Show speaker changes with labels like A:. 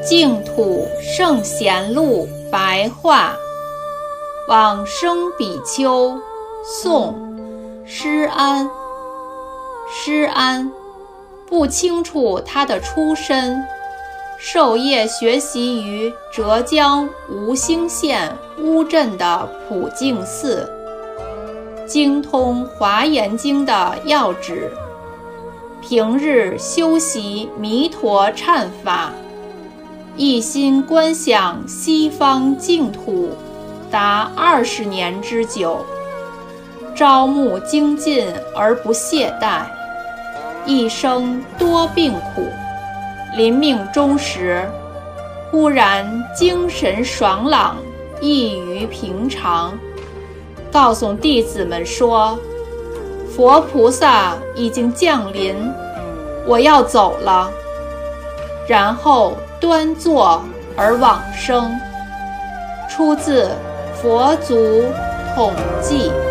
A: 净土圣贤录白话，往生比丘，宋，施安。施安不清楚他的出身，授业学习于浙江吴兴县乌镇的普净寺，精通华严经的要旨，平日修习弥陀忏法，一心观想西方净土达20年之久，朝暮精进而不懈怠，一生多病苦。临命终时，忽然精神爽朗，异于平常，告诉弟子们说：佛菩萨已经降临，我要走了。然后端坐而往生。出自《佛祖统记》。